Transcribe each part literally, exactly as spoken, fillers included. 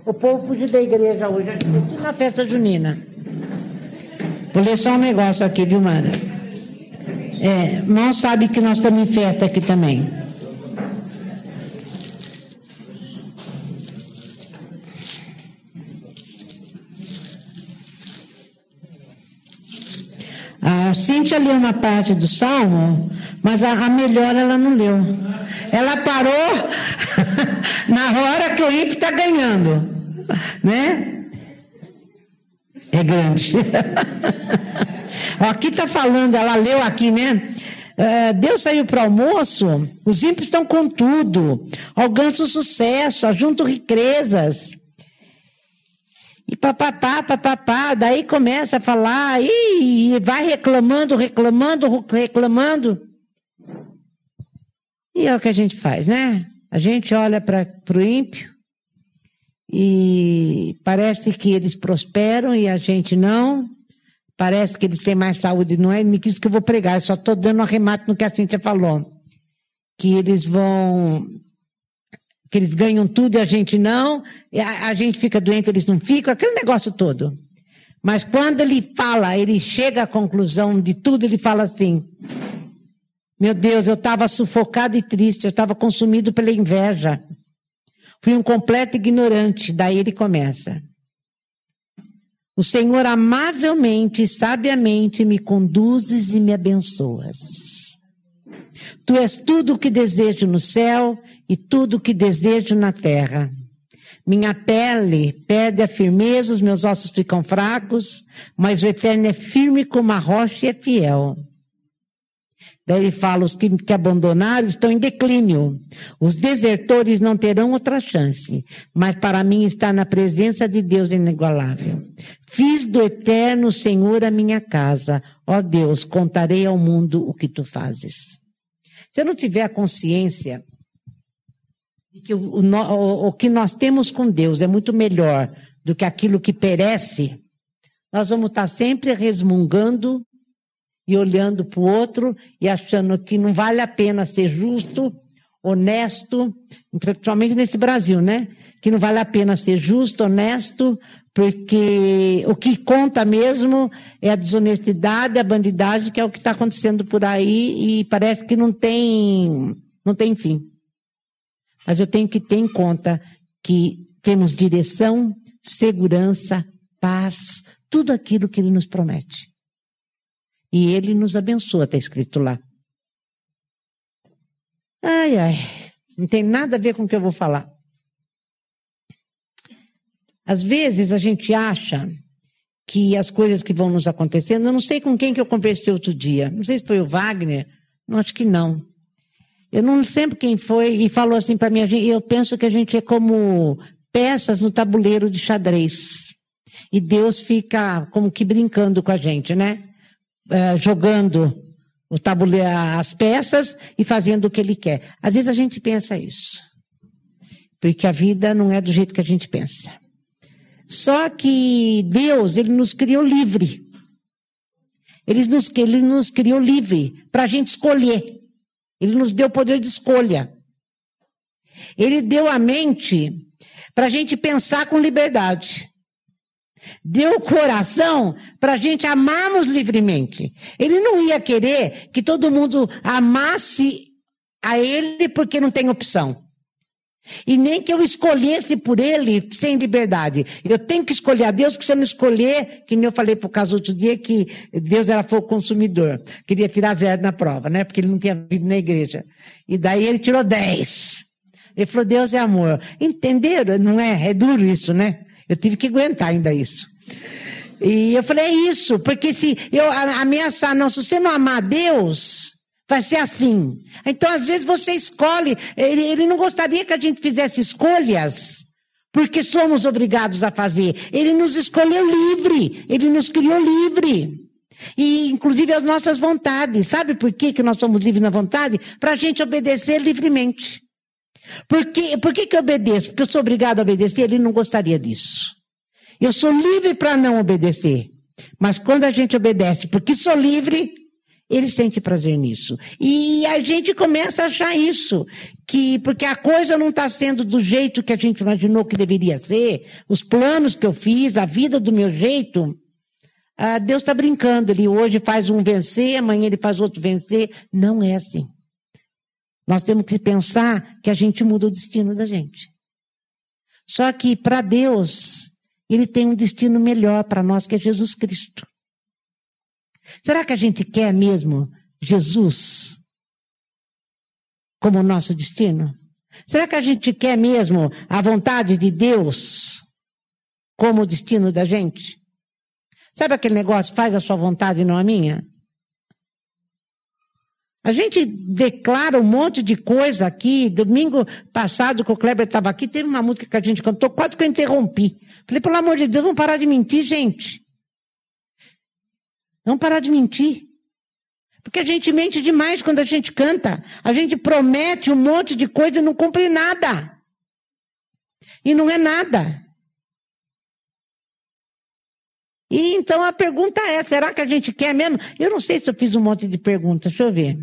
O povo fugiu da igreja hoje, tudo na festa junina. Vou ler só um negócio aqui, viu, Mara? É, irmão sabe que nós estamos em festa aqui também. A Cíntia leu uma parte do Salmo, mas a, a melhor ela não leu. Ela parou na hora que o ímpio está ganhando, né? É grande. Aqui está falando, ela leu aqui, né? Uh, Deus saiu para o almoço, os ímpios estão com tudo, alcançam sucesso, ajuntam riquezas. E papapá, papapá, daí começa a falar, e vai reclamando, reclamando, reclamando. E é o que a gente faz, né? A gente olha para o ímpio e parece que eles prosperam e a gente não. Parece que eles têm mais saúde, não é isso que eu vou pregar, eu só estou dando um arremate no que a Cíntia falou. Que eles vão... que eles ganham tudo e a gente não, a, a gente fica doente, eles não ficam, aquele negócio todo. Mas quando ele fala, ele chega à conclusão de tudo, ele fala assim, meu Deus, eu estava sufocado e triste, eu estava consumido pela inveja, fui um completo ignorante. Daí ele começa, o Senhor amavelmente e sabiamente me conduzes e me abençoas. Tu és tudo o que desejo no céu e tudo o que desejo na terra. Minha pele perde a firmeza, os meus ossos ficam fracos, mas o Eterno é firme como a rocha e é fiel. Daí ele fala, os que, que abandonaram estão em declínio. Os desertores não terão outra chance, mas para mim está na presença de Deus inigualável. Fiz do Eterno Senhor a minha casa. Ó Deus, contarei ao mundo o que tu fazes. Se eu não tiver a consciência de que o, o, o que nós temos com Deus é muito melhor do que aquilo que perece, nós vamos estar sempre resmungando e olhando para o outro e achando que não vale a pena ser justo, honesto, principalmente nesse Brasil, né? Que não vale a pena ser justo, honesto, porque o que conta mesmo é a desonestidade, a bandidagem, que é o que está acontecendo por aí e parece que não tem, não tem fim. Mas eu tenho que ter em conta que temos direção, segurança, paz, tudo aquilo que Ele nos promete. E Ele nos abençoa, está escrito lá. Ai, ai, não tem nada a ver com o que eu vou falar. Às vezes a gente acha que as coisas que vão nos acontecendo, eu não sei com quem que eu conversei outro dia, não sei se foi o Wagner, não, acho que não. Eu não lembro quem foi e falou assim para mim, eu penso que a gente é como peças no tabuleiro de xadrez. E Deus fica como que brincando com a gente, né? Uh, jogando o tabuleiro, as peças e fazendo o que Ele quer. Às vezes a gente pensa isso. Porque a vida não é do jeito que a gente pensa. Só que Deus, Ele nos criou livre. Ele nos, ele nos criou livre para a gente escolher. Ele nos deu o poder de escolha. Ele deu a mente para a gente pensar com liberdade. Deu o coração para a gente amarmos livremente. Ele não ia querer que todo mundo amasse a Ele porque não tem opção. E nem que eu escolhesse por Ele sem liberdade. Eu tenho que escolher a Deus, porque se eu não escolher, que nem eu falei por causa outro dia, que Deus era fogo consumidor. Queria tirar zero na prova, né? Porque ele não tinha vindo na igreja. E daí ele tirou dez. Ele falou, Deus é amor. Entenderam? Não é? É duro isso, né? Eu tive que aguentar ainda isso. E eu falei, é isso, porque se eu ameaçar, não, se você não amar Deus, vai ser assim. Então, às vezes, você escolhe. Ele, ele não gostaria que a gente fizesse escolhas, porque somos obrigados a fazer. Ele nos escolheu livre, ele nos criou livre. E, inclusive, as nossas vontades. Sabe por que, que nós somos livres na vontade? Para a gente obedecer livremente. Por que, por que que eu obedeço? Porque eu sou obrigado a obedecer, ele não gostaria disso. Eu sou livre para não obedecer. Mas quando a gente obedece, porque sou livre, Ele sente prazer nisso. E a gente começa a achar isso, que porque a coisa não está sendo do jeito que a gente imaginou que deveria ser, os planos que eu fiz, a vida do meu jeito, ah, Deus está brincando. Ele hoje faz um vencer, amanhã ele faz outro vencer. Não é assim. Nós temos que pensar que a gente muda o destino da gente. Só que para Deus, Ele tem um destino melhor para nós, que é Jesus Cristo. Será que a gente quer mesmo Jesus como nosso destino? Será que a gente quer mesmo a vontade de Deus como o destino da gente? Sabe aquele negócio, faz a sua vontade e não a minha? A gente declara um monte de coisa aqui. Domingo passado, que o Kleber estava aqui, teve uma música que a gente cantou, quase que eu interrompi. Falei, pelo amor de Deus, vamos parar de mentir, gente. Vamos parar de mentir. Porque a gente mente demais quando a gente canta. A gente promete um monte de coisa e não cumpre nada. E não é nada. E então a pergunta é, será que a gente quer mesmo? Eu não sei se eu fiz um monte de perguntas, deixa eu ver.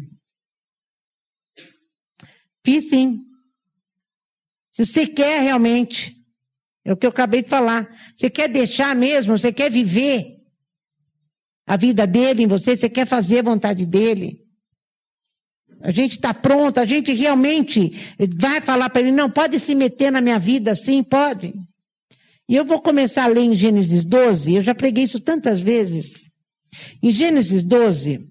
Fiz sim. Se você quer realmente, é o que eu acabei de falar. Você quer deixar mesmo, você quer viver a vida dele em você, você quer fazer a vontade dele. A gente está pronto, a gente realmente vai falar para ele, não, pode se meter na minha vida, sim, pode. E eu vou começar a ler em Gênesis doze, eu já preguei isso tantas vezes. Em Gênesis doze,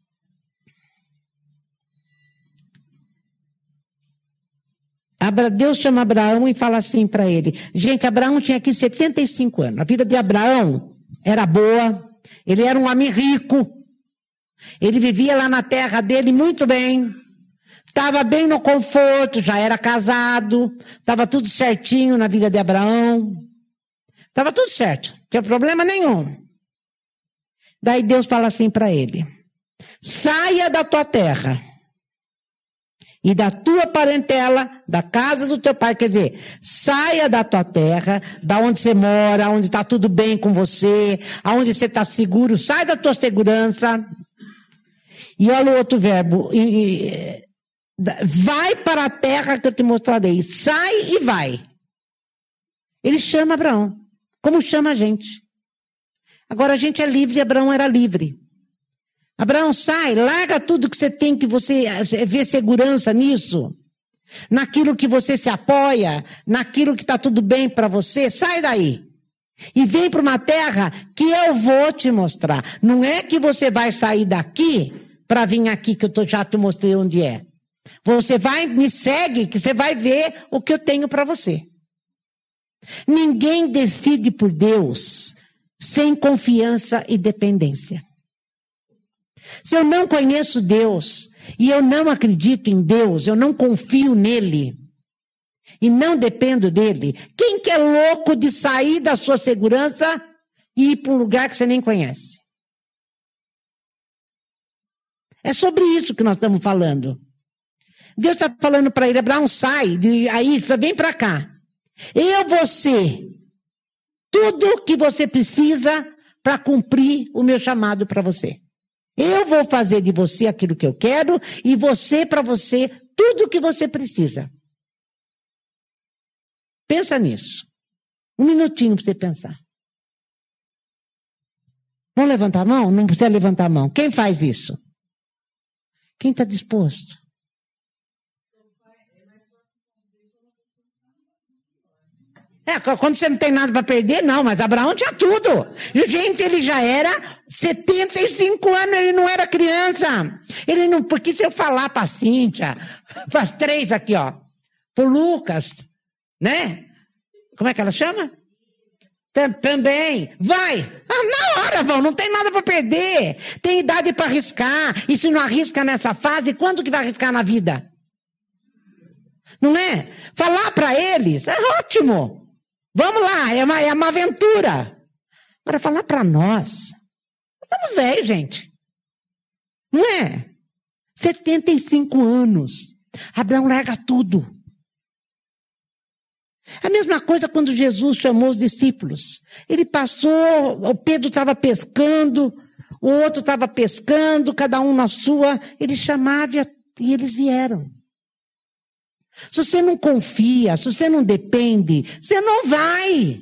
Deus chama Abraão e fala assim para ele. Gente, Abraão tinha aqui setenta e cinco anos. A vida de Abraão era boa. Ele era um homem rico. Ele vivia lá na terra dele muito bem. Estava bem no conforto, já era casado. Estava tudo certinho na vida de Abraão. Estava tudo certo, não tinha problema nenhum. Daí Deus fala assim para ele: saia da tua terra e da tua parentela, da casa do teu pai. Quer dizer, saia da tua terra, da onde você mora, onde está tudo bem com você, aonde você está seguro, sai da tua segurança. E olha o outro verbo, e, e, vai para a terra que eu te mostrarei. Sai e vai. Ele chama Abraão, como chama a gente. Agora a gente é livre, Abraão era livre. Abraão, sai, larga tudo que você tem, que você vê segurança nisso, naquilo que você se apoia, naquilo que está tudo bem para você, sai daí. E vem para uma terra que eu vou te mostrar. Não é que você vai sair daqui para vir aqui, que eu tô, já te mostrei onde é. Você vai, me segue, que você vai ver o que eu tenho para você. Ninguém decide por Deus sem confiança e dependência. Se eu não conheço Deus e eu não acredito em Deus, eu não confio nele e não dependo dele, quem que é louco de sair da sua segurança e ir para um lugar que você nem conhece? É sobre isso que nós estamos falando. Deus está falando para ele, Abraão, sai, de, aí você vem para cá. Eu vou ser tudo que você precisa para cumprir o meu chamado para você. Eu vou fazer de você aquilo que eu quero e você para você tudo o que você precisa. Pensa nisso. Um minutinho para você pensar. Vamos levantar a mão? Não precisa levantar a mão. Quem faz isso? Quem está disposto? É, quando você não tem nada para perder, não, mas Abraão tinha tudo. Gente, ele já era setenta e cinco anos, ele não era criança. Ele não, porque se eu falar para a Cíntia, para as três aqui, ó, para o Lucas, né? Como é que ela chama? Também. Vai. Ah, na hora, vão, não tem nada para perder. Tem idade para arriscar. E se não arrisca nessa fase, quando que vai arriscar na vida? Não é? Falar para eles é ótimo. Vamos lá, é uma, é uma aventura. Agora, falar para nós, estamos velhos, gente. Não é? setenta e cinco anos. Abraão larga tudo. A mesma coisa quando Jesus chamou os discípulos. Ele passou, o Pedro estava pescando, o outro estava pescando, cada um na sua. Ele chamava e eles vieram. Se você não confia, se você não depende, você não vai.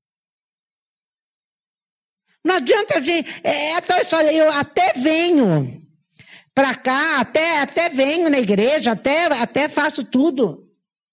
Não adianta a gente... É a tal história, eu até venho para cá, até, até venho na igreja, até, até faço tudo.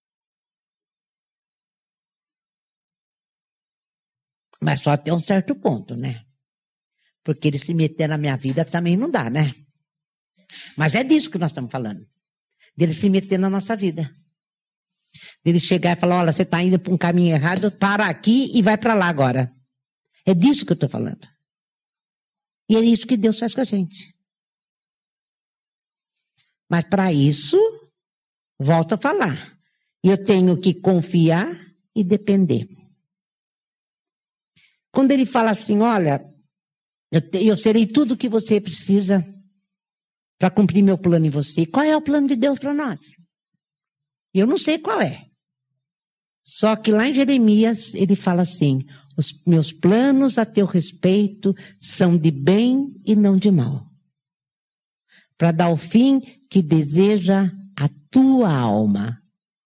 Mas só até um certo ponto, né? Porque ele se meter na minha vida também não dá, né? Mas é disso que nós estamos falando. Dele se meter na nossa vida. Dele chegar e falar, olha, você está indo para um caminho errado, para aqui e vai para lá agora. É disso que eu estou falando. E é isso que Deus faz com a gente. Mas para isso, volto a falar, eu tenho que confiar e depender. Quando ele fala assim, olha, eu, te, eu serei tudo o que você precisa para cumprir meu plano em você. Qual é o plano de Deus para nós? Eu não sei qual é. Só que lá em Jeremias, ele fala assim, os meus planos a teu respeito são de bem e não de mal. Para dar o fim que deseja a tua alma.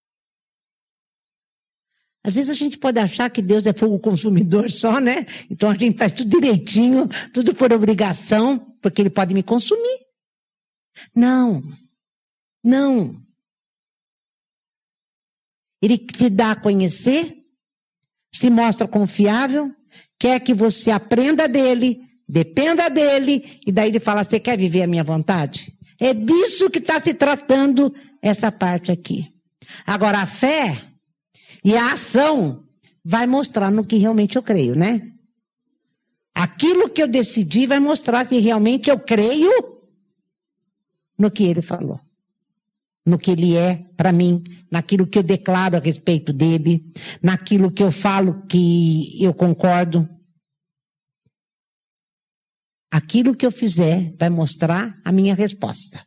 Às vezes a gente pode achar que Deus é fogo consumidor só, né? Então a gente faz tudo direitinho, tudo por obrigação, porque Ele pode me consumir. Não, não. Ele te dá a conhecer, se mostra confiável, quer que você aprenda dele, dependa dele, e daí ele fala, você quer viver a minha vontade? É disso que está se tratando essa parte aqui. Agora a fé e a ação vai mostrar no que realmente eu creio, né? Aquilo que eu decidi vai mostrar se realmente eu creio no que ele falou. No que ele é para mim, naquilo que eu declaro a respeito dele, naquilo que eu falo que eu concordo. Aquilo que eu fizer vai mostrar a minha resposta.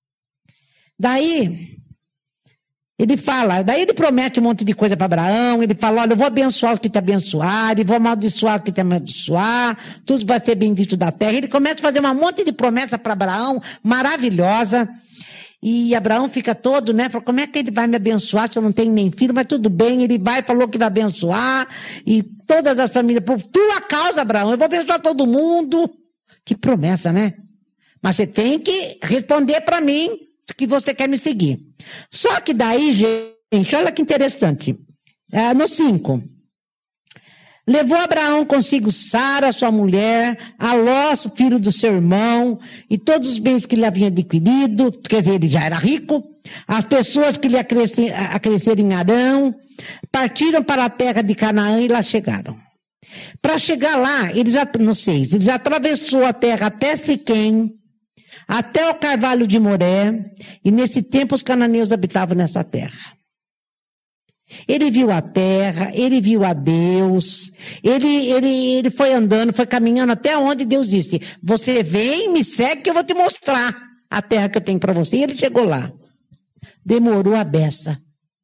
Daí, ele fala, daí ele promete um monte de coisa para Abraão, ele fala, olha, eu vou abençoar os que te abençoarem, vou amaldiçoar os que te amaldiçoar, tudo vai ser bendito da terra. Ele começa a fazer um monte de promessa para Abraão, maravilhosa. E Abraão fica todo, né? Fala, como é que ele vai me abençoar se eu não tenho nem filho? Mas tudo bem, ele vai, falou que vai abençoar. E todas as famílias, por tua causa, Abraão, eu vou abençoar todo mundo. Que promessa, né? Mas você tem que responder para mim que você quer me seguir. Só que daí, gente, olha que interessante. É, no cinco. Levou Abraão consigo Sara, sua mulher, Aló, filho do seu irmão, e todos os bens que ele havia adquirido, quer dizer, ele já era rico, as pessoas que lhe acresceram em Arão, partiram para a terra de Canaã e lá chegaram. Para chegar lá, eles, no seis, eles atravessou a terra até Siquém, até o carvalho de Moré, e nesse tempo os cananeus habitavam nessa terra. Ele viu a terra, ele viu a Deus, ele, ele, ele foi andando, foi caminhando até onde Deus disse, você vem, me segue que eu vou te mostrar a terra que eu tenho para você. E ele chegou lá. Demorou a beça.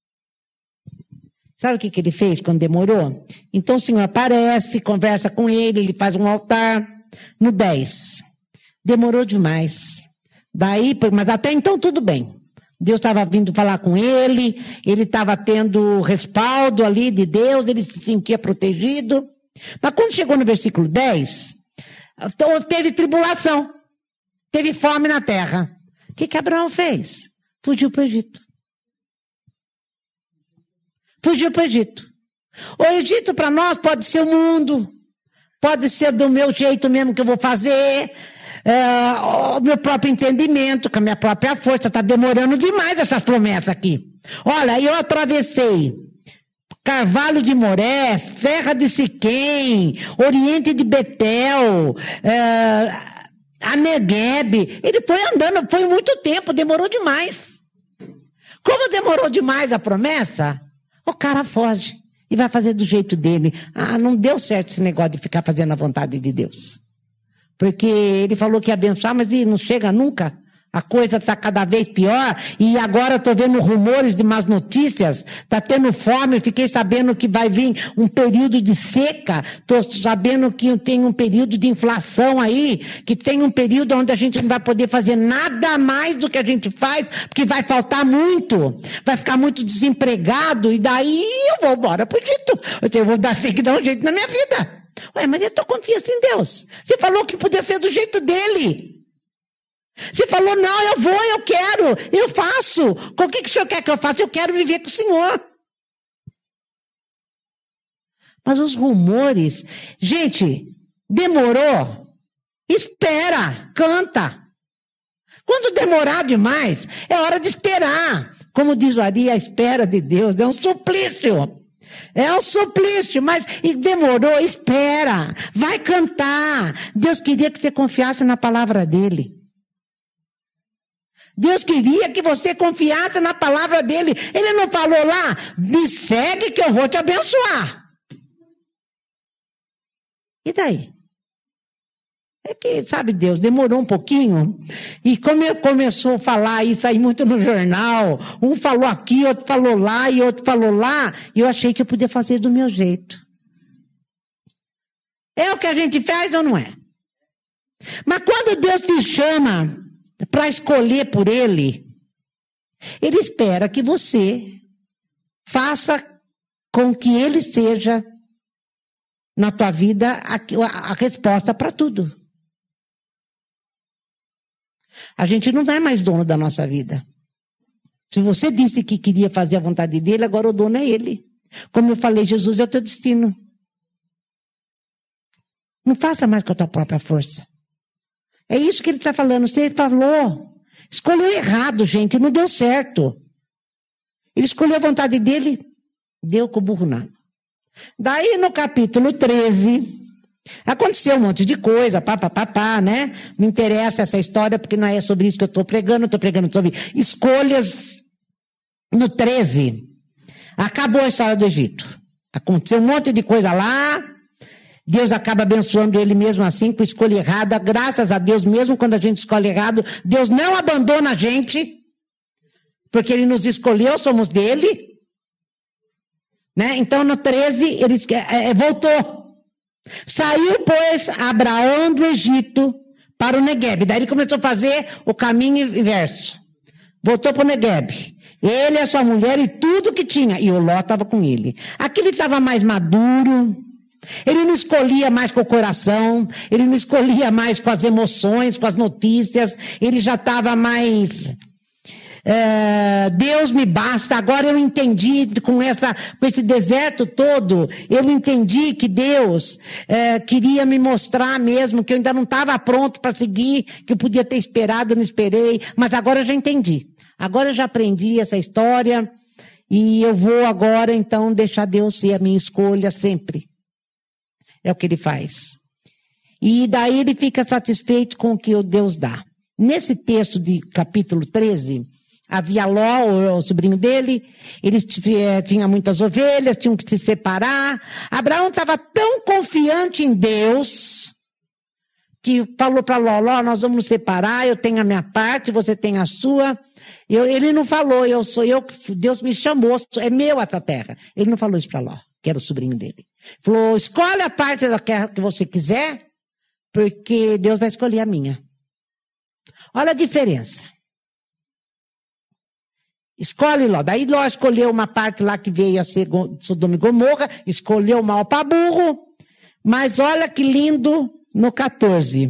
Sabe o que, que ele fez quando demorou? Então o Senhor aparece, conversa com ele, ele faz um altar. No dez. Demorou demais. Daí, mas até então tudo bem. Deus estava vindo falar com ele, ele estava tendo respaldo ali de Deus, ele se sentia protegido. Mas quando chegou no versículo dez, então teve tribulação, teve fome na terra. O que que Abraão fez? Fugiu para o Egito. Fugiu para o Egito. O Egito para nós pode ser o mundo, pode ser do meu jeito mesmo que eu vou fazer, é, o meu próprio entendimento, com a minha própria força. Está demorando demais essas promessas aqui. Olha, eu atravessei Carvalho de Moré, Serra de Siquém, Oriente de Betel, é, Aneguebe. Ele foi andando, foi muito tempo, demorou demais. Como demorou demais a promessa, o cara foge e vai fazer do jeito dele. Ah, não deu certo esse negócio de ficar fazendo a vontade de Deus. Porque ele falou que ia abençoar, mas ele não chega nunca. A coisa está cada vez pior e agora estou vendo rumores de más notícias. Está tendo fome, fiquei sabendo que vai vir um período de seca. Estou sabendo que tem um período de inflação aí, que tem um período onde a gente não vai poder fazer nada mais do que a gente faz, porque vai faltar muito. Vai ficar muito desempregado e daí eu vou embora para o Egito. Eu vou dar, ter que dar um jeito na minha vida. Ué, mas eu estou confiando em Deus. Você falou que podia ser do jeito dele. Você falou, não, eu vou, eu quero, eu faço. O que, que o senhor quer que eu faça? Eu quero viver com o senhor. Mas os rumores, gente, demorou? Espera, canta. Quando demorar demais, é hora de esperar. Como diz o Ari, a espera de Deus é um suplício. É um suplício, mas e demorou, espera. Vai cantar. Deus queria que você confiasse na palavra dele. Deus queria que você confiasse na palavra dele. Ele não falou lá, me segue que eu vou te abençoar. E daí? É que, sabe Deus, demorou um pouquinho. E como eu começou a falar isso aí muito no jornal, um falou aqui, outro falou lá, e outro falou lá, e eu achei que eu podia fazer do meu jeito. É o que a gente faz ou não é? Mas quando Deus te chama para escolher por ele, ele espera que você faça com que ele seja na tua vida a, a resposta para tudo. A gente não é mais dono da nossa vida. Se você disse que queria fazer a vontade dele, agora o dono é ele. Como eu falei, Jesus é o teu destino. Não faça mais com a tua própria força. É isso que ele está falando. Você falou. Escolheu errado, gente. Não deu certo. Ele escolheu a vontade dele. Deu com o burro na água. Daí no capítulo treze, aconteceu um monte de coisa. Pá, pá, pá, pá, né? Não interessa essa história, porque não é sobre isso que eu estou pregando. Eu estou pregando sobre escolhas. No treze, acabou a história do Egito. Aconteceu um monte de coisa lá. Deus acaba abençoando ele mesmo assim, com escolha errada. Graças a Deus, mesmo quando a gente escolhe errado, Deus não abandona a gente, porque ele nos escolheu, somos dele. Né? Então, no treze, ele é, voltou. Saiu, pois, Abraão do Egito para o Neguebe. Daí ele começou a fazer o caminho inverso. Voltou para o Neguebe. Ele, a sua mulher e tudo que tinha. E o Ló estava com ele. Aqui ele estava mais maduro. Ele não escolhia mais com o coração, ele não escolhia mais com as emoções, com as notícias, ele já estava mais, é, Deus me basta. Agora eu entendi, com, essa, com esse deserto todo, eu entendi que Deus é, queria me mostrar mesmo, que eu ainda não estava pronto para seguir, que eu podia ter esperado, eu não esperei, mas agora eu já entendi. Agora eu já aprendi essa história, e eu vou agora então deixar Deus ser a minha escolha sempre. É o que ele faz. E daí ele fica satisfeito com o que Deus dá. Nesse texto de capítulo treze, havia Ló, o sobrinho dele, eles tinham muitas ovelhas, tinham que se separar. Abraão estava tão confiante em Deus, que falou para Ló, Ló, nós vamos nos separar, eu tenho a minha parte, você tem a sua. Eu, ele não falou, eu sou eu, Deus me chamou, é meu essa terra. Ele não falou isso para Ló, que era o sobrinho dele. Falou, escolhe a parte da terra que você quiser, porque Deus vai escolher a minha. Olha a diferença. Escolhe Ló. Daí Ló escolheu uma parte lá que veio a ser Sodoma e Gomorra, escolheu mal para burro, mas olha que lindo no quatorze.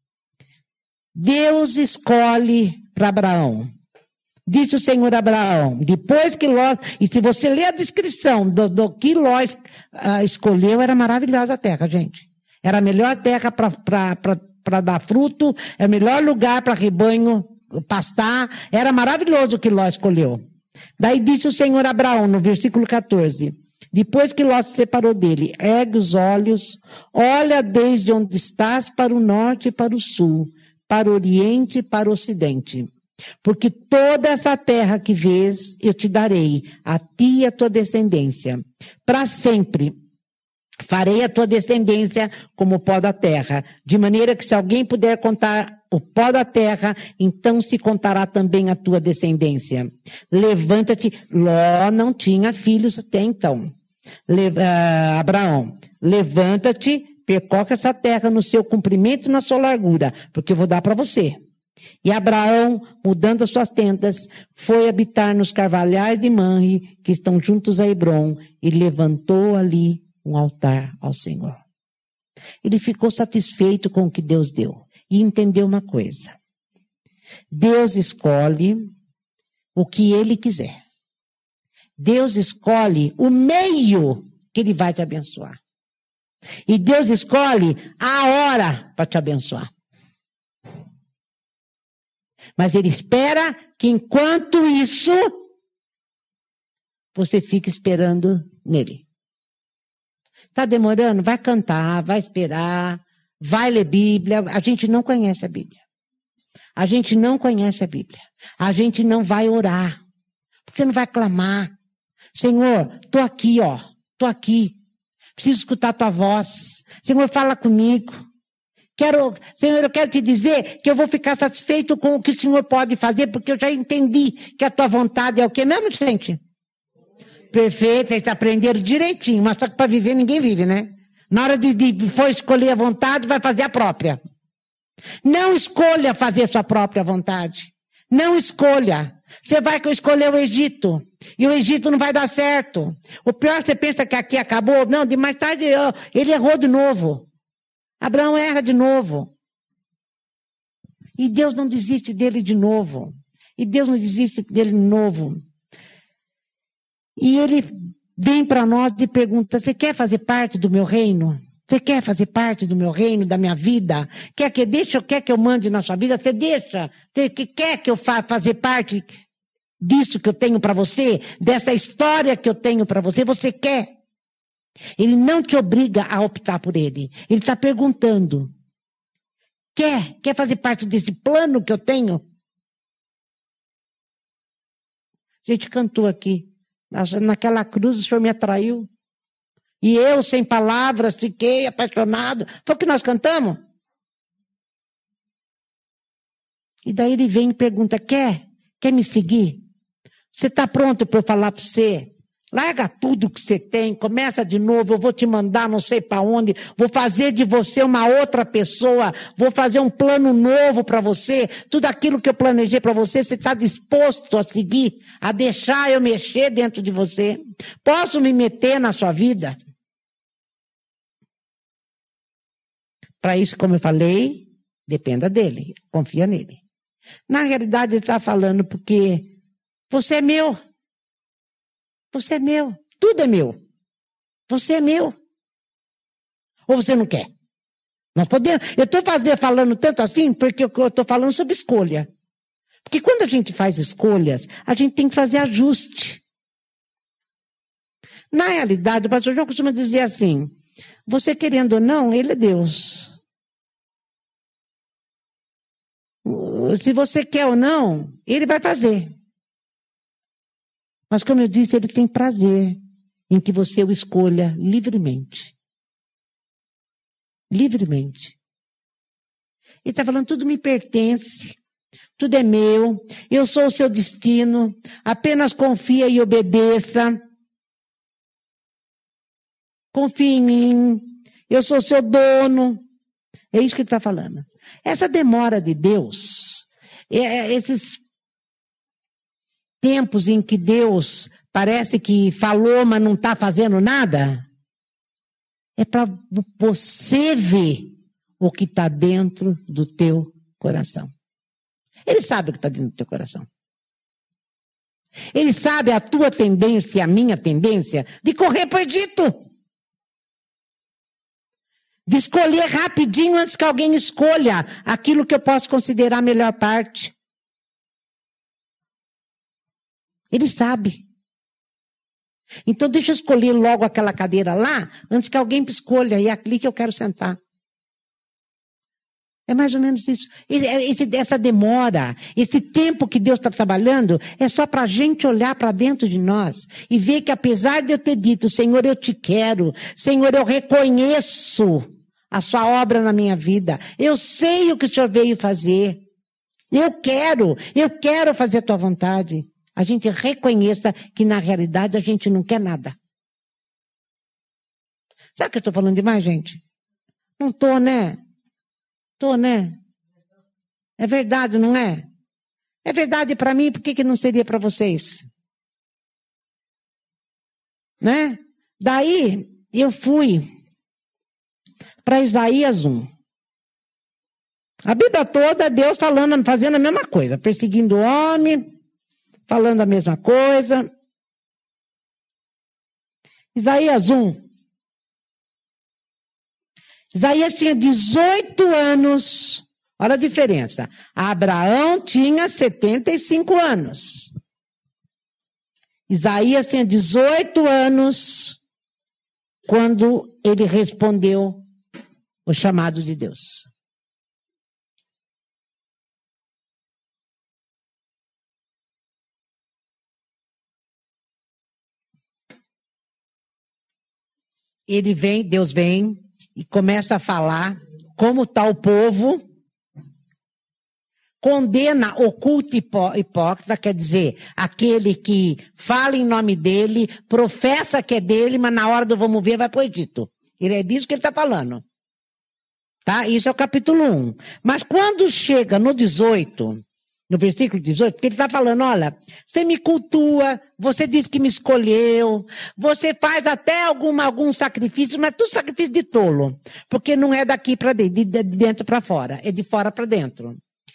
Deus escolhe para Abraão. Disse o Senhor a Abraão, depois que Ló, e se você ler a descrição do, do que Ló uh, escolheu, era maravilhosa a terra, gente. Era a melhor terra para dar fruto, é o melhor lugar para rebanho pastar, era maravilhoso o que Ló escolheu. Daí disse o Senhor a Abraão, no versículo quatorze, depois que Ló se separou dele, ergue os olhos, olha desde onde estás para o norte e para o sul, para o oriente e para o ocidente. Porque toda essa terra que vês, eu te darei, a ti e a tua descendência. Para sempre farei a tua descendência como o pó da terra, de maneira que se alguém puder contar o pó da terra, então se contará também a tua descendência. Levanta-te. Ló não tinha filhos até então. Le, uh, Abraão, levanta-te, percorre essa terra no seu comprimento e na sua largura, porque eu vou dar para você. E Abraão, mudando as suas tendas, foi habitar nos carvalhais de Manre, que estão juntos a Hebrom, e levantou ali um altar ao Senhor. Ele ficou satisfeito com o que Deus deu e entendeu uma coisa. Deus escolhe o que Ele quiser. Deus escolhe o meio que Ele vai te abençoar. E Deus escolhe a hora para te abençoar. Mas Ele espera que enquanto isso, você fique esperando nele. Está demorando? Vai cantar, vai esperar, vai ler Bíblia. A gente não conhece a Bíblia. A gente não conhece a Bíblia. A gente não vai orar. Você não vai clamar. Senhor, estou aqui, ó. Estou aqui. Preciso escutar a tua voz. Senhor, fala comigo. Quero, Senhor, eu quero te dizer que eu vou ficar satisfeito com o que o Senhor pode fazer, porque eu já entendi que a tua vontade é o quê mesmo, gente? Perfeito, eles aprenderam direitinho, mas só que para viver ninguém vive, né? Na hora de, de for escolher a vontade, vai fazer a própria. Não escolha fazer sua própria vontade. Não escolha. Você vai escolher o Egito. E o Egito não vai dar certo. O pior, você pensa que aqui acabou? Não, de mais tarde ele errou de novo. Abraão erra de novo. E Deus não desiste dele de novo. E Deus não desiste dele de novo. E ele vem para nós e pergunta, você quer fazer parte do meu reino? Você quer fazer parte do meu reino, da minha vida? Quer que, deixa, quer que eu mande na sua vida? Você deixa? Você quer que eu faça fazer parte disso que eu tenho para você? Dessa história que eu tenho para você? Você quer? Ele não te obriga a optar por ele. Ele está perguntando. Quer? Quer fazer parte desse plano que eu tenho? A gente cantou aqui. Naquela cruz o Senhor me atraiu. E eu, sem palavras, fiquei apaixonado. Foi o que nós cantamos? E daí ele vem e pergunta, quer? Quer me seguir? Você está pronto para eu falar para você? Larga tudo que você tem, começa de novo, eu vou te mandar não sei para onde, vou fazer de você uma outra pessoa, vou fazer um plano novo para você, tudo aquilo que eu planejei para você, você está disposto a seguir, a deixar eu mexer dentro de você? Posso me meter na sua vida? Para isso, como eu falei, dependa dele, confia nele. Na realidade, ele está falando porque você é meu. Você é meu. Tudo é meu. Você é meu. Ou você não quer? Nós podemos. Eu estou falando tanto assim porque eu estou falando sobre escolha. Porque quando a gente faz escolhas, a gente tem que fazer ajuste. Na realidade, o pastor João costuma dizer assim, você querendo ou não, ele é Deus. Se você quer ou não, ele vai fazer. Mas como eu disse, ele tem prazer em que você o escolha livremente. Livremente. Ele está falando, tudo me pertence, tudo é meu, eu sou o seu destino, apenas confia e obedeça. Confia em mim, eu sou o seu dono. É isso que ele está falando. Essa demora de Deus, é, esses tempos em que Deus parece que falou, mas não está fazendo nada, é para você ver o que está dentro do teu coração. Ele sabe o que está dentro do teu coração. Ele sabe a tua tendência e a minha tendência de correr para o Egito. De escolher rapidinho antes que alguém escolha aquilo que eu posso considerar a melhor parte. Ele sabe. Então deixa eu escolher logo aquela cadeira lá, antes que alguém escolha, e é ali que eu quero sentar. É mais ou menos isso. Esse, essa demora, esse tempo que Deus está trabalhando, é só para a gente olhar para dentro de nós e ver que apesar de eu ter dito, Senhor, eu te quero, Senhor, eu reconheço a sua obra na minha vida. Eu sei o que o Senhor veio fazer. Eu quero, eu quero fazer a tua vontade. A gente reconheça que na realidade a gente não quer nada. Sabe que eu estou falando demais, gente? Não estou, né? Estou, né? É verdade, não é? É verdade para mim, por que, que não seria para vocês? Né? Daí eu fui para Isaías um. A Bíblia toda, Deus falando, fazendo a mesma coisa, perseguindo o homem, falando a mesma coisa. Isaías um. Isaías tinha dezoito anos. Olha a diferença. Abraão tinha setenta e cinco anos. Isaías tinha dezoito anos quando ele respondeu o chamado de Deus. Ele vem, Deus vem e começa a falar como está o povo. Condena o culto hipó- hipócrita, quer dizer, aquele que fala em nome dele, professa que é dele, mas na hora do vamos ver vai para o Egito. Ele é disso que ele está falando. Tá? Isso é o capítulo um. Mas quando chega no dezoito, no versículo dezoito, porque ele está falando, olha, você me cultua, você diz que me escolheu, você faz até alguma, algum sacrifício, mas tudo sacrifício de tolo, porque não é daqui para dentro, de, de dentro para fora, é de fora para dentro.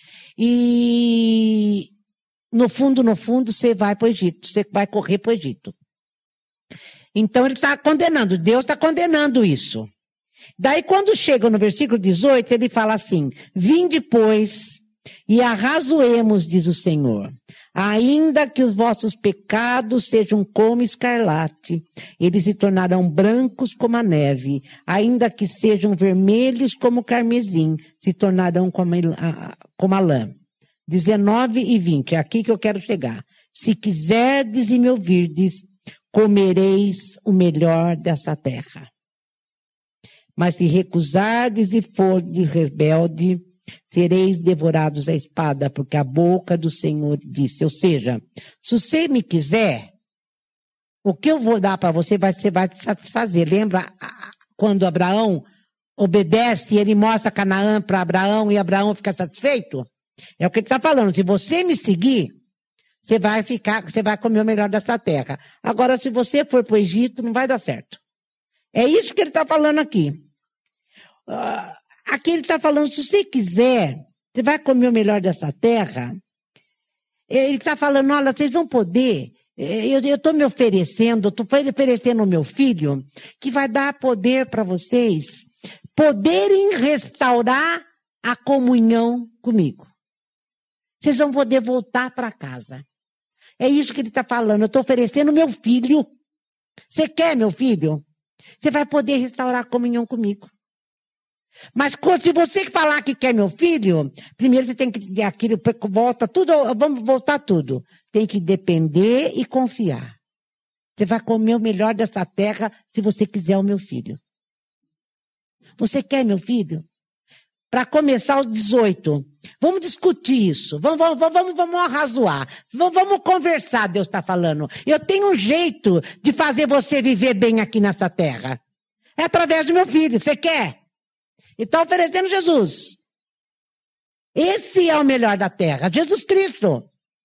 E no fundo, no fundo, você vai para o Egito, você vai correr para o Egito. Então ele está condenando, Deus está condenando isso. Daí quando chega no versículo dezoito, ele fala assim, vinde pois e arrazoemos, diz o Senhor, ainda que os vossos pecados sejam como escarlate, eles se tornarão brancos como a neve, ainda que sejam vermelhos como o carmesim, se tornarão como a, como a lã. dezenove e vinte, é aqui que eu quero chegar. Se quiserdes e me ouvirdes, comereis o melhor dessa terra. Mas se recusardes e fordes rebelde, sereis devorados à espada, porque a boca do Senhor disse. Ou seja, se você me quiser, o que eu vou dar para você, vai, você vai te satisfazer. Lembra quando Abraão obedece e ele mostra Canaã para Abraão e Abraão fica satisfeito? É o que ele está falando. Se você me seguir, você vai ficar, você vai comer o melhor dessa terra. Agora, se você for para o Egito, não vai dar certo. É isso que ele está falando aqui. Uh, aqui ele está falando, se você quiser, você vai comer o melhor dessa terra. Ele está falando, olha, vocês vão poder, eu estou me oferecendo, estou oferecendo o meu filho, que vai dar poder para vocês poderem restaurar a comunhão comigo. Vocês vão poder voltar para casa. É isso que ele está falando, eu estou oferecendo o meu filho. Você quer meu filho? Você vai poder restaurar a comunhão comigo. Mas se você falar que quer meu filho, primeiro você tem que, aquilo volta tudo, vamos voltar tudo. Tem que depender e confiar. Você vai comer o melhor dessa terra se você quiser o meu filho. Você quer meu filho? Para começar os dezoito, vamos discutir isso, vamos, vamos, vamos, vamos arrazoar, vamos, vamos conversar, Deus está falando. Eu tenho um jeito de fazer você viver bem aqui nessa terra. É através do meu filho, você quer? E está oferecendo Jesus. Esse é o melhor da terra, Jesus Cristo.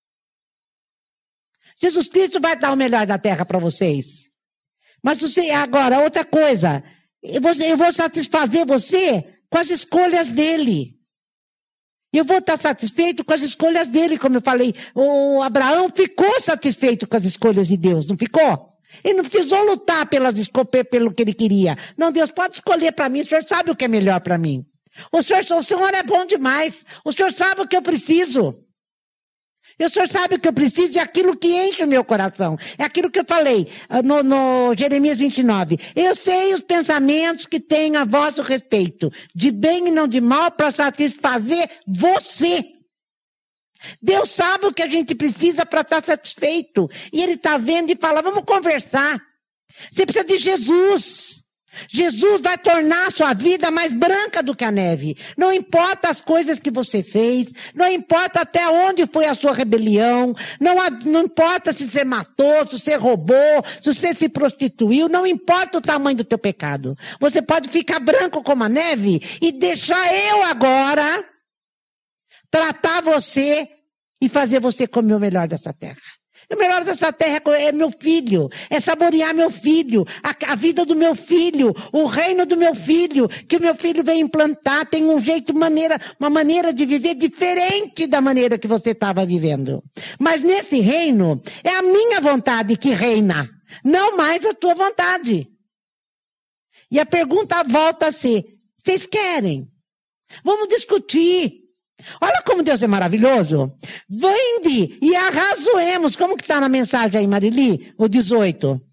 Jesus Cristo vai dar o melhor da terra para vocês. Mas você, agora, outra coisa, eu vou, eu vou satisfazer você com as escolhas dele. Eu vou estar satisfeito com as escolhas dele, como eu falei. O Abraão ficou satisfeito com as escolhas de Deus, não ficou? Ele não precisou lutar pelas, pelo que ele queria. Não, Deus pode escolher para mim, o Senhor sabe o que é melhor para mim. O senhor, o Senhor é bom demais, o Senhor sabe o que eu preciso. E o Senhor sabe o que eu preciso, é aquilo que enche o meu coração. É aquilo que eu falei no, no Jeremias vinte e nove. Eu sei os pensamentos que tenho a vosso respeito, de bem e não de mal, para satisfazer você. Deus sabe o que a gente precisa para estar satisfeito. E Ele está vendo e fala, vamos conversar. Você precisa de Jesus. Jesus vai tornar a sua vida mais branca do que a neve. Não importa as coisas que você fez, não importa até onde foi a sua rebelião, não, não importa se você matou, se você roubou, se você se prostituiu, não importa o tamanho do teu pecado. Você pode ficar branco como a neve e deixar eu agora tratar você e fazer você comer o melhor dessa terra. O melhor dessa terra é meu filho, é saborear meu filho, a, a vida do meu filho, o reino do meu filho, que o meu filho vem implantar, tem um jeito, maneira, uma maneira de viver diferente da maneira que você estava vivendo. Mas nesse reino, é a minha vontade que reina, não mais a tua vontade. E a pergunta volta a ser, vocês querem? Vamos discutir. Olha como Deus é maravilhoso. Vende e arrazoemos. Como que está na mensagem aí, Marili? O dezoito.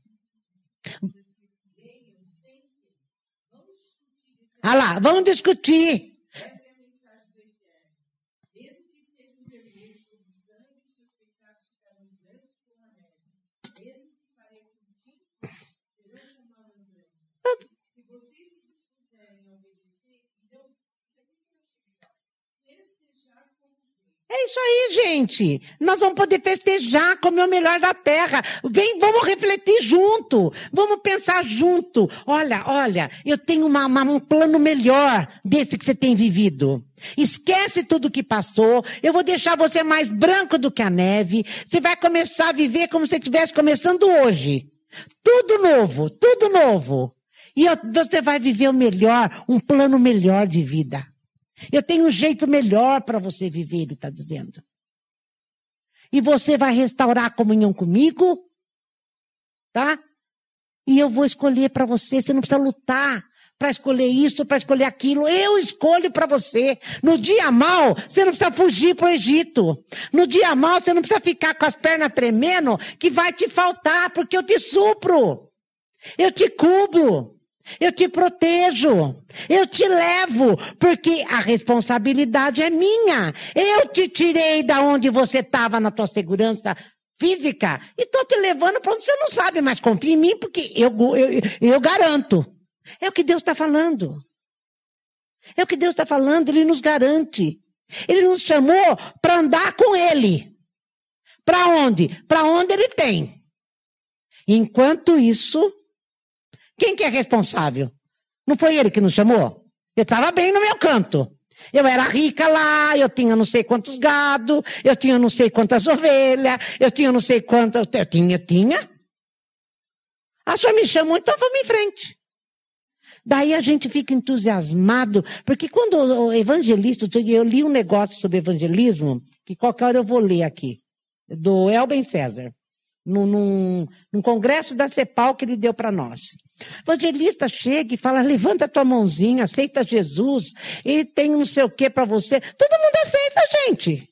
Ah lá, vamos discutir. É isso aí, gente. Nós vamos poder festejar, comer o melhor da terra. Vem, vamos refletir junto. Vamos pensar junto. Olha, olha, eu tenho uma, uma, um plano melhor desse que você tem vivido. Esquece tudo que passou. Eu vou deixar você mais branco do que a neve. Você vai começar a viver como se estivesse começando hoje. Tudo novo, tudo novo. E eu, você vai viver o melhor, um plano melhor de vida. Eu tenho um jeito melhor para você viver, ele está dizendo. E você vai restaurar a comunhão comigo, tá? E eu vou escolher para você, você não precisa lutar para escolher isso, para escolher aquilo. Eu escolho para você. No dia mau, você não precisa fugir para o Egito. No dia mau, você não precisa ficar com as pernas tremendo, que vai te faltar, porque eu te supro. Eu te cubro. Eu te protejo, eu te levo, porque a responsabilidade é minha. Eu te tirei da onde você estava na tua segurança física e estou te levando para onde você não sabe, mas confia em mim, porque eu, eu, eu garanto. É o que Deus está falando. É o que Deus está falando, Ele nos garante. Ele nos chamou para andar com Ele. Para onde? Para onde Ele tem. Enquanto isso... Quem que é responsável? Não foi ele que nos chamou? Eu estava bem no meu canto. Eu era rica lá, eu tinha não sei quantos gado, eu tinha não sei quantas ovelhas, eu tinha não sei quantas... Eu tinha, eu tinha. A senhora me chamou, então vamos em frente. Daí a gente fica entusiasmado, porque quando o evangelista... Eu li um negócio sobre evangelismo, que qualquer hora eu vou ler aqui, do Elben César, num, num, num congresso da CEPAL que ele deu para nós. O evangelista chega e fala, levanta a tua mãozinha, aceita Jesus, ele tem não sei o que para você. Todo mundo aceita, gente.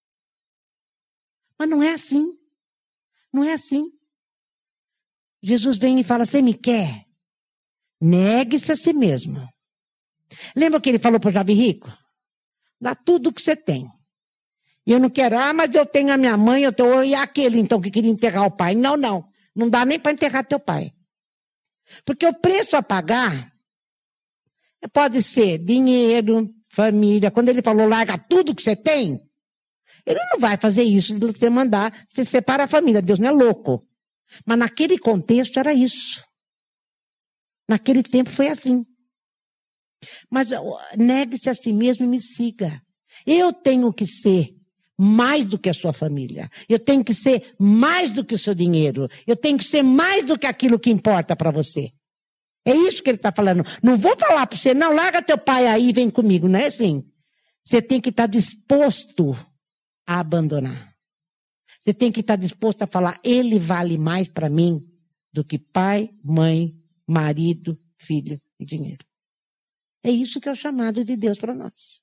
Mas não é assim. Não é assim. Jesus vem e fala, você me quer? Negue-se a si mesmo. Lembra o que ele falou para o jovem rico? Dá tudo o que você tem. E eu não quero, ah, mas eu tenho a minha mãe, eu tenho, e aquele então que queria enterrar o pai. Não, não. Não dá nem para enterrar teu pai. Porque o preço a pagar pode ser dinheiro, família. Quando ele falou, larga tudo que você tem, ele não vai fazer isso de você mandar, você separa a família. Deus não é louco. Mas naquele contexto era isso. Naquele tempo foi assim. Mas negue-se a si mesmo e me siga. Eu tenho que ser mais do que a sua família. Eu tenho que ser mais do que o seu dinheiro. Eu tenho que ser mais do que aquilo que importa para você. É isso que ele está falando. Não vou falar para você, não, larga teu pai aí e vem comigo. Não é assim. Você tem que estar disposto a abandonar. Você tem que estar disposto a falar, ele vale mais para mim do que pai, mãe, marido, filho e dinheiro. É isso que é o chamado de Deus para nós.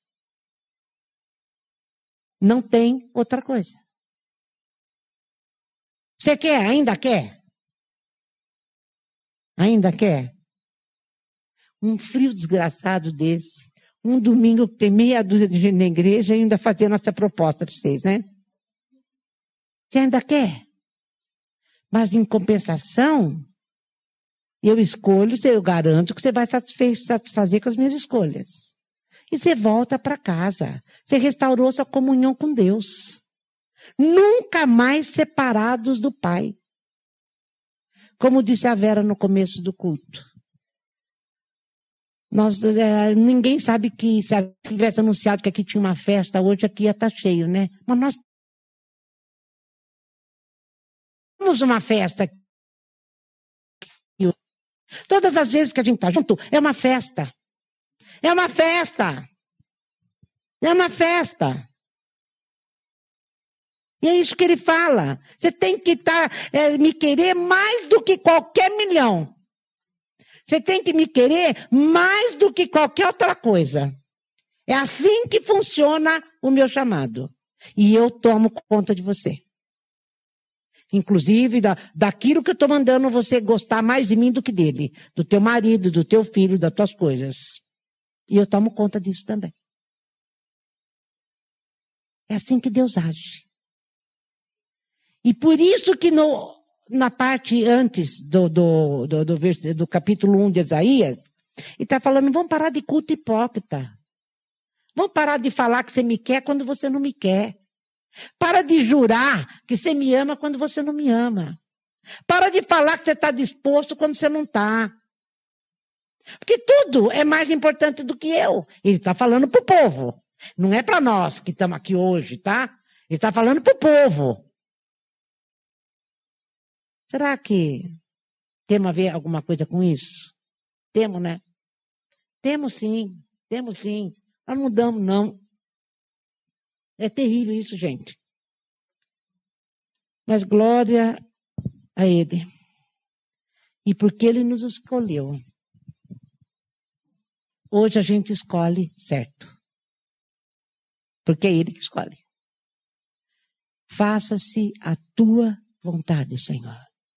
Não tem outra coisa. Você quer? Ainda quer? Ainda quer? Um frio desgraçado desse. Um domingo que tem meia dúzia de gente na igreja e ainda fazendo essa proposta para vocês, né? Você ainda quer? Mas em compensação, Eu escolho, eu garanto que você vai satisfazer com as minhas escolhas. E você volta para casa. Você restaurou sua comunhão com Deus. Nunca mais separados do Pai. Como disse a Vera no começo do culto. Nós, é, ninguém sabe que se tivesse anunciado que aqui tinha uma festa hoje, aqui ia estar cheio, né? Mas nós temos uma festa aqui. Todas as vezes que a gente está junto, é uma festa. É uma festa. É uma festa. E é isso que ele fala. Você tem que tá, é, me querer mais do que qualquer milhão. Você tem que me querer mais do que qualquer outra coisa. É assim que funciona o meu chamado. E eu tomo conta de você. Inclusive, da, daquilo que eu estou mandando você gostar mais de mim do que dele. Do teu marido, do teu filho, das tuas coisas. E eu tomo conta disso também. É assim que Deus age. E por isso que no, na parte antes do, do, do, do, do capítulo um de Isaías, ele está falando, vamos parar de culto hipócrita. Vamos parar de falar que você me quer quando você não me quer. Para de jurar que você me ama quando você não me ama. Para de falar que você está disposto quando você não está. Porque tudo é mais importante do que eu. Ele está falando para o povo. Não é para nós que estamos aqui hoje, tá? Ele está falando para o povo. Será que temos a ver alguma coisa com isso? Temos, né? Temos sim. Temos sim. Nós não mudamos, não. É terrível isso, gente. Mas glória a Ele. E porque Ele nos escolheu. Hoje a gente escolhe certo. Porque é Ele que escolhe. Faça-se a tua vontade, Senhor.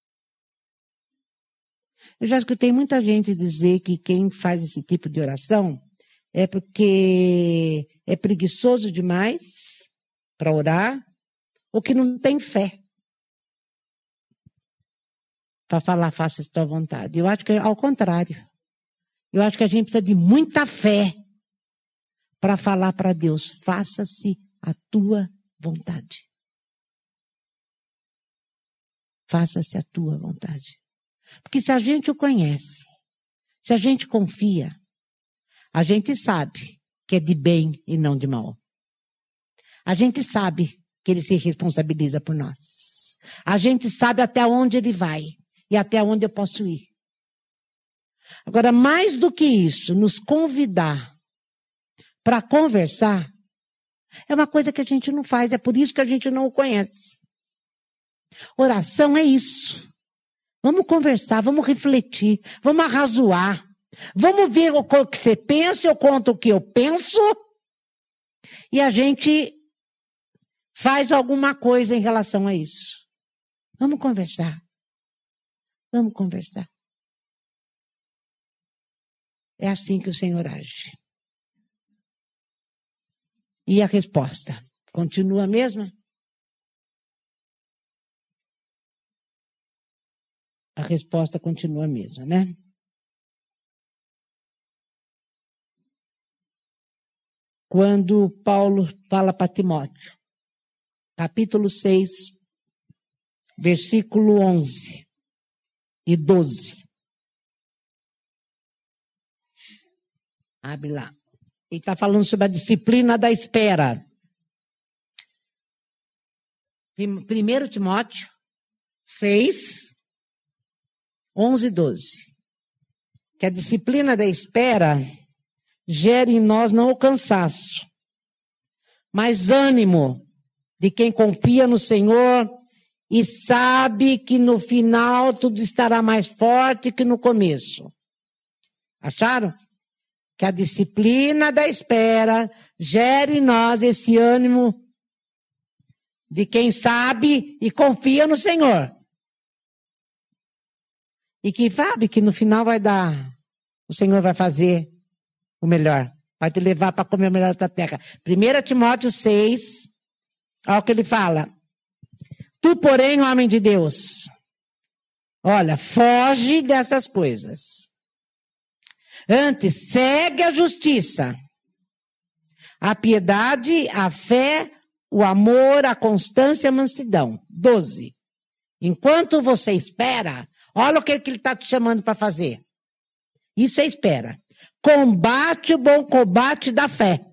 Eu já escutei muita gente dizer que quem faz esse tipo de oração é porque é preguiçoso demais para orar, ou que não tem fé para falar, faça a tua vontade. Eu acho que é ao contrário. Eu acho que a gente precisa de muita fé para falar para Deus, faça-se a tua vontade. Faça-se a tua vontade. Porque se a gente o conhece, se a gente confia, a gente sabe que é de bem e não de mal. A gente sabe que Ele se responsabiliza por nós. A gente sabe até onde Ele vai e até onde eu posso ir. Agora, mais do que isso, nos convidar para conversar, é uma coisa que a gente não faz, é por isso que a gente não o conhece. Oração é isso. Vamos conversar, vamos refletir, vamos arrazoar. Vamos ver o que você pensa, eu conto o que eu penso, e a gente faz alguma coisa em relação a isso. Vamos conversar. Vamos conversar. É assim que o Senhor age. E a resposta? Continua a mesma? A resposta continua a mesma, né? Quando Paulo fala para Timóteo, capítulo seis, versículo onze e doze. Abre lá. Ele está falando sobre a disciplina da espera. Primeiro Timóteo seis, onze e doze. Que a disciplina da espera gere em nós não o cansaço, mas ânimo de quem confia no Senhor e sabe que no final tudo estará mais forte que no começo. Acharam? Que a disciplina da espera gere em nós esse ânimo de quem sabe e confia no Senhor. E que sabe que no final vai dar, o Senhor vai fazer o melhor. Vai te levar para comer o melhor da terra. primeiro Timóteo seis, olha o que ele fala. Tu, porém, homem de Deus, Olha, foge dessas coisas. Antes, segue a justiça, a piedade, a fé, o amor, a constância e a mansidão. doze. Enquanto você espera, olha o que ele está te chamando para fazer. Isso é espera. Combate o bom combate da fé.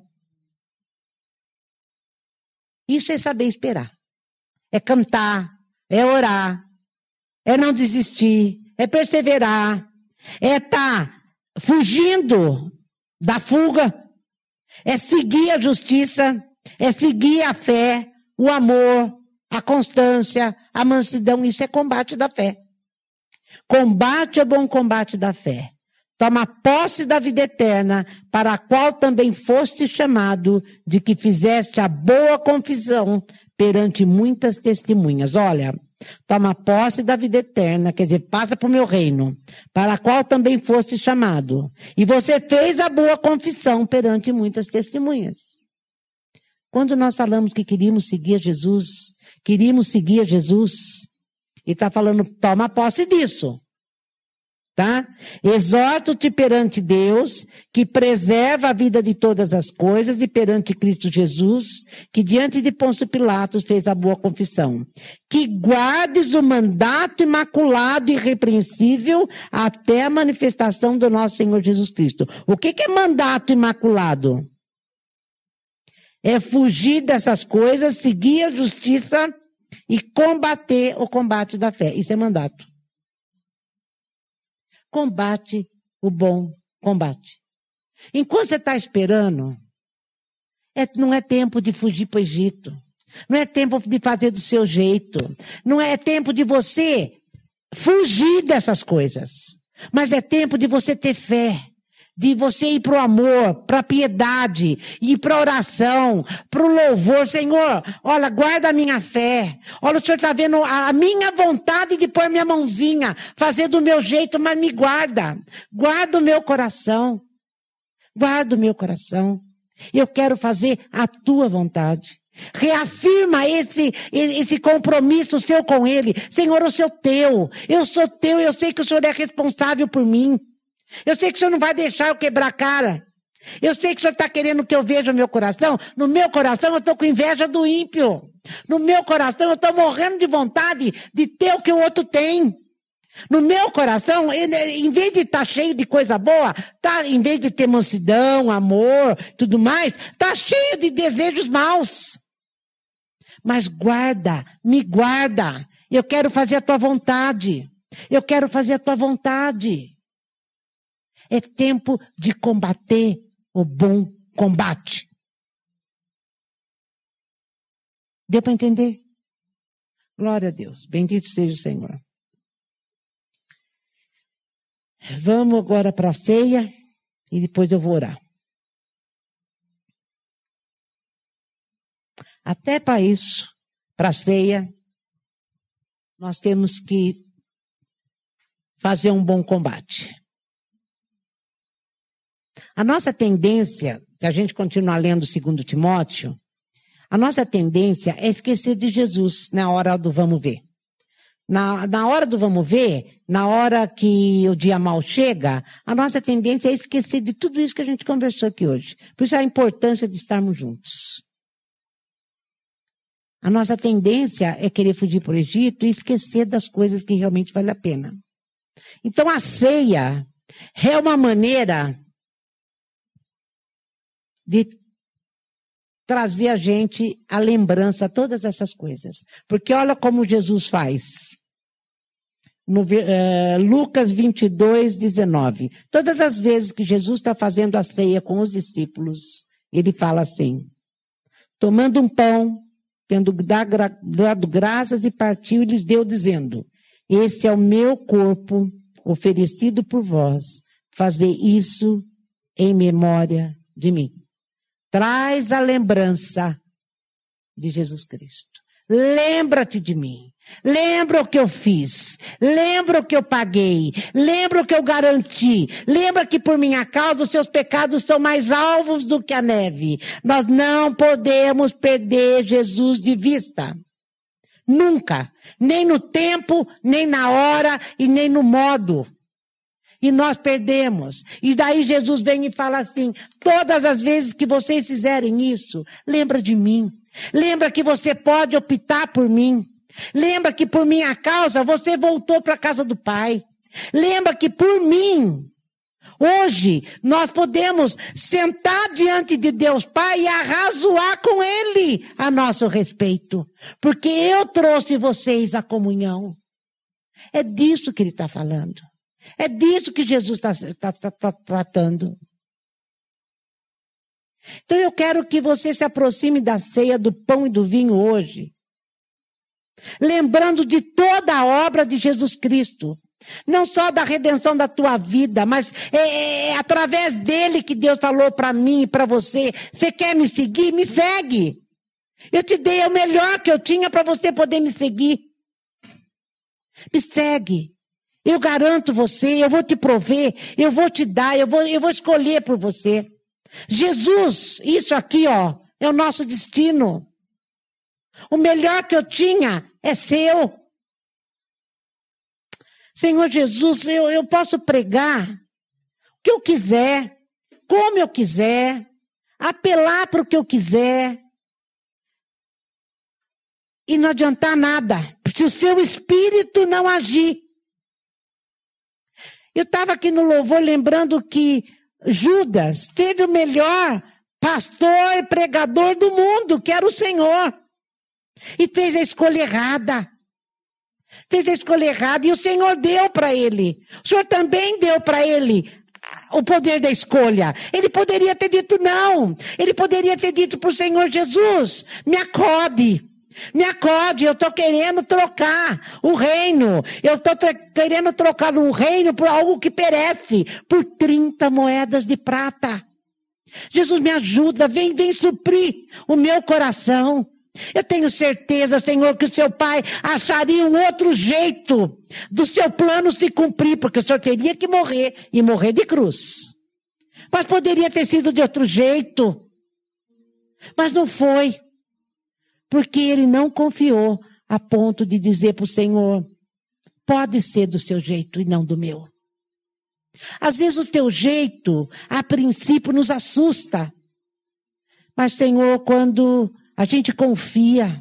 Isso é saber esperar. É cantar, é orar, é não desistir, é perseverar, é estar fugindo da fuga, é seguir a justiça, é seguir a fé, o amor, a constância, a mansidão. Isso é combate da fé. Combate é bom combate da fé. Toma posse da vida eterna, para a qual também foste chamado, de que fizeste a boa confissão perante muitas testemunhas. Olha, toma posse da vida eterna, quer dizer, passa para o meu reino, para a qual também foste chamado. E você fez a boa confissão perante muitas testemunhas. Quando nós falamos que queríamos seguir a Jesus, queríamos seguir a Jesus, ele está falando, toma posse disso. Tá? Exorto-te perante Deus, que preserva a vida de todas as coisas, e perante Cristo Jesus, que diante de Pôncio Pilatos fez a boa confissão. Que guardes o mandato imaculado e irrepreensível até a manifestação do nosso Senhor Jesus Cristo. O que que é mandato imaculado? É fugir dessas coisas, seguir a justiça e combater o combate da fé. Isso é mandato. Combate o bom combate. Enquanto você está esperando, é, não é tempo de fugir para o Egito. Não é tempo de fazer do seu jeito. Não é tempo de você fugir dessas coisas. Mas é tempo de você ter fé. De você ir para o amor, para a piedade, ir para a oração, para o louvor. Senhor, olha, guarda a minha fé. Olha, o Senhor está vendo a minha vontade de pôr minha mãozinha, fazer do meu jeito, mas me guarda. Guarda o meu coração. Guarda o meu coração. Eu quero fazer a tua vontade. Reafirma esse, esse compromisso seu com Ele. Senhor, eu sou teu. Eu sou teu, eu sei que o Senhor é responsável por mim. Eu sei que o Senhor não vai deixar eu quebrar a cara. Eu sei que o Senhor está querendo que eu veja o meu coração. No meu coração eu estou com inveja do ímpio. No meu coração eu estou morrendo de vontade de ter o que o outro tem. No meu coração, em vez de estar tá cheio de coisa boa, tá, em vez de ter mansidão, amor, tudo mais, está cheio de desejos maus. Mas guarda, me guarda. Eu quero fazer a tua vontade. Eu quero fazer a tua vontade. É tempo de combater o bom combate. Deu para entender? Glória a Deus. Bendito seja o Senhor. Vamos agora para a ceia e depois eu vou orar. Até para isso, para a ceia, nós temos que fazer um bom combate. A nossa tendência, se a gente continuar lendo segundo Timóteo, a nossa tendência é esquecer de Jesus na hora do vamos ver. Na, na hora do vamos ver, na hora que o dia mal chega, a nossa tendência é esquecer de tudo isso que a gente conversou aqui hoje. Por isso a importância de estarmos juntos. A nossa tendência é querer fugir para o Egito e esquecer das coisas que realmente valem a pena. Então a ceia é uma maneira de trazer a gente a lembrança a todas essas coisas. Porque olha como Jesus faz. No, uh, Lucas vinte e dois, dezenove. Todas as vezes que Jesus está fazendo a ceia com os discípulos, ele fala assim, tomando um pão, tendo dado graças e partiu, e lhes deu dizendo, esse é o meu corpo oferecido por vós, fazer isso em memória de mim. Traz a lembrança de Jesus Cristo. Lembra-te de mim. Lembra o que eu fiz. Lembra o que eu paguei. Lembra o que eu garanti. Lembra que por minha causa os seus pecados são mais alvos do que a neve. Nós não podemos perder Jesus de vista. Nunca. Nem no tempo, nem na hora e nem no modo. E nós perdemos. E daí Jesus vem e fala assim, todas as vezes que vocês fizerem isso, lembra de mim. Lembra que você pode optar por mim. Lembra que por minha causa você voltou para a casa do Pai. Lembra que por mim, hoje, nós podemos sentar diante de Deus Pai e arrazoar com Ele a nosso respeito. Porque eu trouxe vocês à comunhão. É disso que Ele está falando. É disso que Jesus está tá, tá, tá tratando. Então eu quero que você se aproxime da ceia, do pão e do vinho hoje. Lembrando de toda a obra de Jesus Cristo. Não só da redenção da tua vida, mas é, é através dele que Deus falou para mim e para você. Você quer me seguir? Me segue. Eu te dei o melhor que eu tinha para você poder me seguir. Me segue. Eu garanto você, eu vou te prover, eu vou te dar, eu vou, eu vou escolher por você. Jesus, isso aqui, ó, é o nosso destino. O melhor que eu tinha é seu. Senhor Jesus, eu, eu posso pregar o que eu quiser, como eu quiser, apelar para o que eu quiser. E não adiantar nada, se o seu espírito não agir. Eu estava aqui no louvor lembrando que Judas teve o melhor pastor e pregador do mundo, que era o Senhor. E fez a escolha errada. Fez a escolha errada e o Senhor deu para ele. O Senhor também deu para ele o poder da escolha. Ele poderia ter dito não. Ele poderia ter dito para o Senhor Jesus, me acode. Me acode, eu estou querendo trocar o reino. Eu estou querendo trocar o reino por algo que perece. Por trinta moedas de prata. Jesus, me ajuda, vem, vem suprir o meu coração. Eu tenho certeza, Senhor, que o seu Pai acharia um outro jeito do seu plano se cumprir, porque o Senhor teria que morrer, e morrer de cruz. Mas poderia ter sido de outro jeito. Mas não foi. Porque ele não confiou a ponto de dizer para o Senhor, pode ser do seu jeito e não do meu. Às vezes o teu jeito, a princípio, nos assusta. Mas, Senhor, quando a gente confia,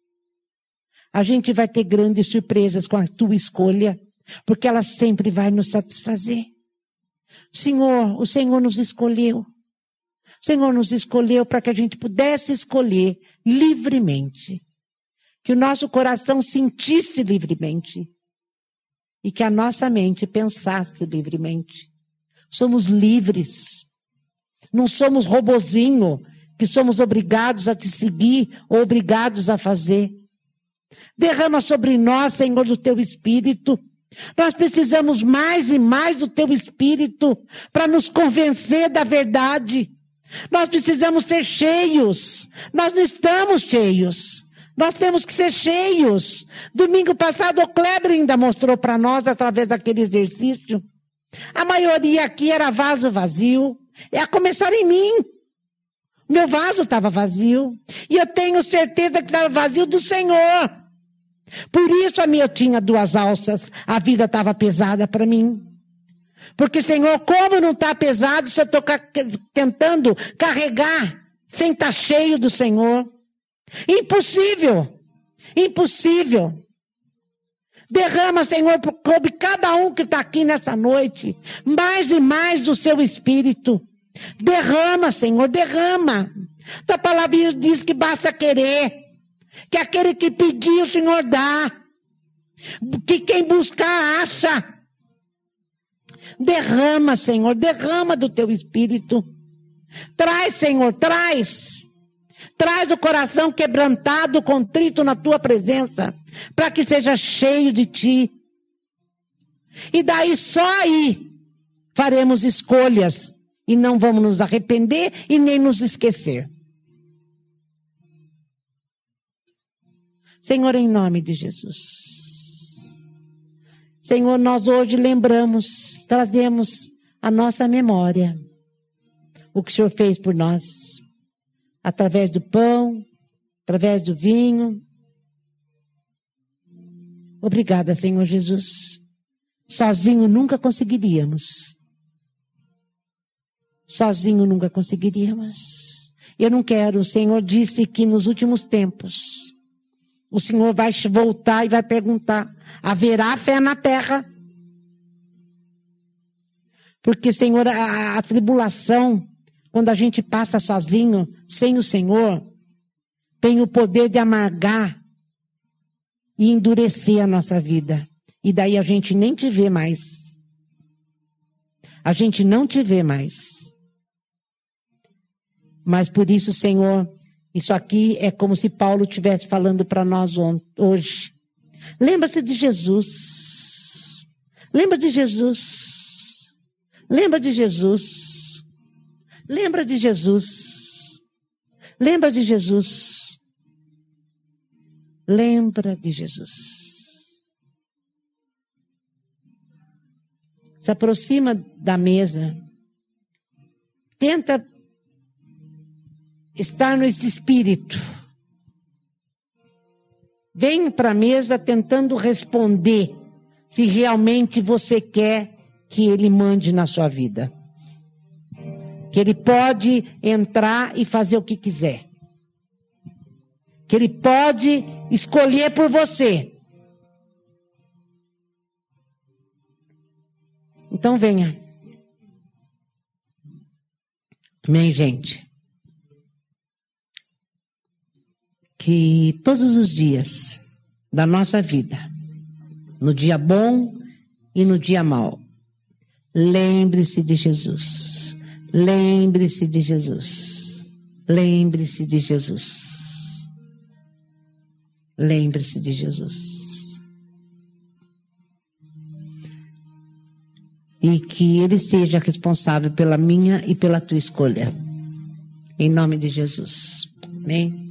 a gente vai ter grandes surpresas com a tua escolha, porque ela sempre vai nos satisfazer. Senhor, o Senhor nos escolheu. O Senhor nos escolheu para que a gente pudesse escolher livremente. Que o nosso coração sentisse livremente. E que a nossa mente pensasse livremente. Somos livres. Não somos robozinho que somos obrigados a te seguir ou obrigados a fazer. Derrama sobre nós, Senhor, do teu Espírito. Nós precisamos mais e mais do teu Espírito para nos convencer da verdade. Nós precisamos ser cheios. Nós não estamos cheios. Nós temos que ser cheios. Domingo passado o Kleber ainda mostrou para nós, através daquele exercício. A maioria aqui era vaso vazio. É a começar em mim. Meu vaso estava vazio. E eu tenho certeza que estava vazio do Senhor. Por isso a minha eu tinha duas alças. A vida estava pesada para mim. Porque, Senhor, como não está pesado se eu estou tentando carregar sem estar cheio do Senhor? Impossível. Impossível. Derrama, Senhor, sobre cada um que está aqui nessa noite, mais e mais do seu Espírito. Derrama, Senhor, derrama. Tua palavra diz que basta querer. Que aquele que pedir, o Senhor dá. Que quem buscar, acha. Derrama, Senhor, derrama do teu Espírito. Traz, Senhor, traz. Traz o coração quebrantado, contrito na tua presença, para que seja cheio de ti. E daí, só aí, faremos escolhas e não vamos nos arrepender e nem nos esquecer. Senhor, em nome de Jesus. Senhor, nós hoje lembramos, trazemos a nossa memória o que o Senhor fez por nós, através do pão, através do vinho. Obrigada, Senhor Jesus. Sozinho nunca conseguiríamos. Sozinho nunca conseguiríamos. Eu não quero. O Senhor disse que nos últimos tempos o Senhor vai voltar e vai perguntar: haverá fé na terra? Porque, Senhor, a, a tribulação, quando a gente passa sozinho, sem o Senhor, tem o poder de amargar e endurecer a nossa vida. E daí a gente nem te vê mais. A gente não te vê mais. Mas por isso, Senhor, isso aqui é como se Paulo estivesse falando para nós hoje. Lembra-se de Jesus. Lembra de Jesus. Lembra de Jesus. Lembra de Jesus. Lembra de Jesus. Lembra de Jesus. Se aproxima da mesa. Tenta estar nesse espírito. Vem para a mesa tentando responder se realmente você quer que Ele mande na sua vida. Que Ele pode entrar e fazer o que quiser. Que Ele pode escolher por você. Então venha. Amém, gente? Que todos os dias da nossa vida, no dia bom e no dia mau, lembre-se de Jesus. Lembre-se de Jesus. Lembre-se de Jesus. Lembre-se de Jesus. E que Ele seja responsável pela minha e pela tua escolha. Em nome de Jesus. Amém?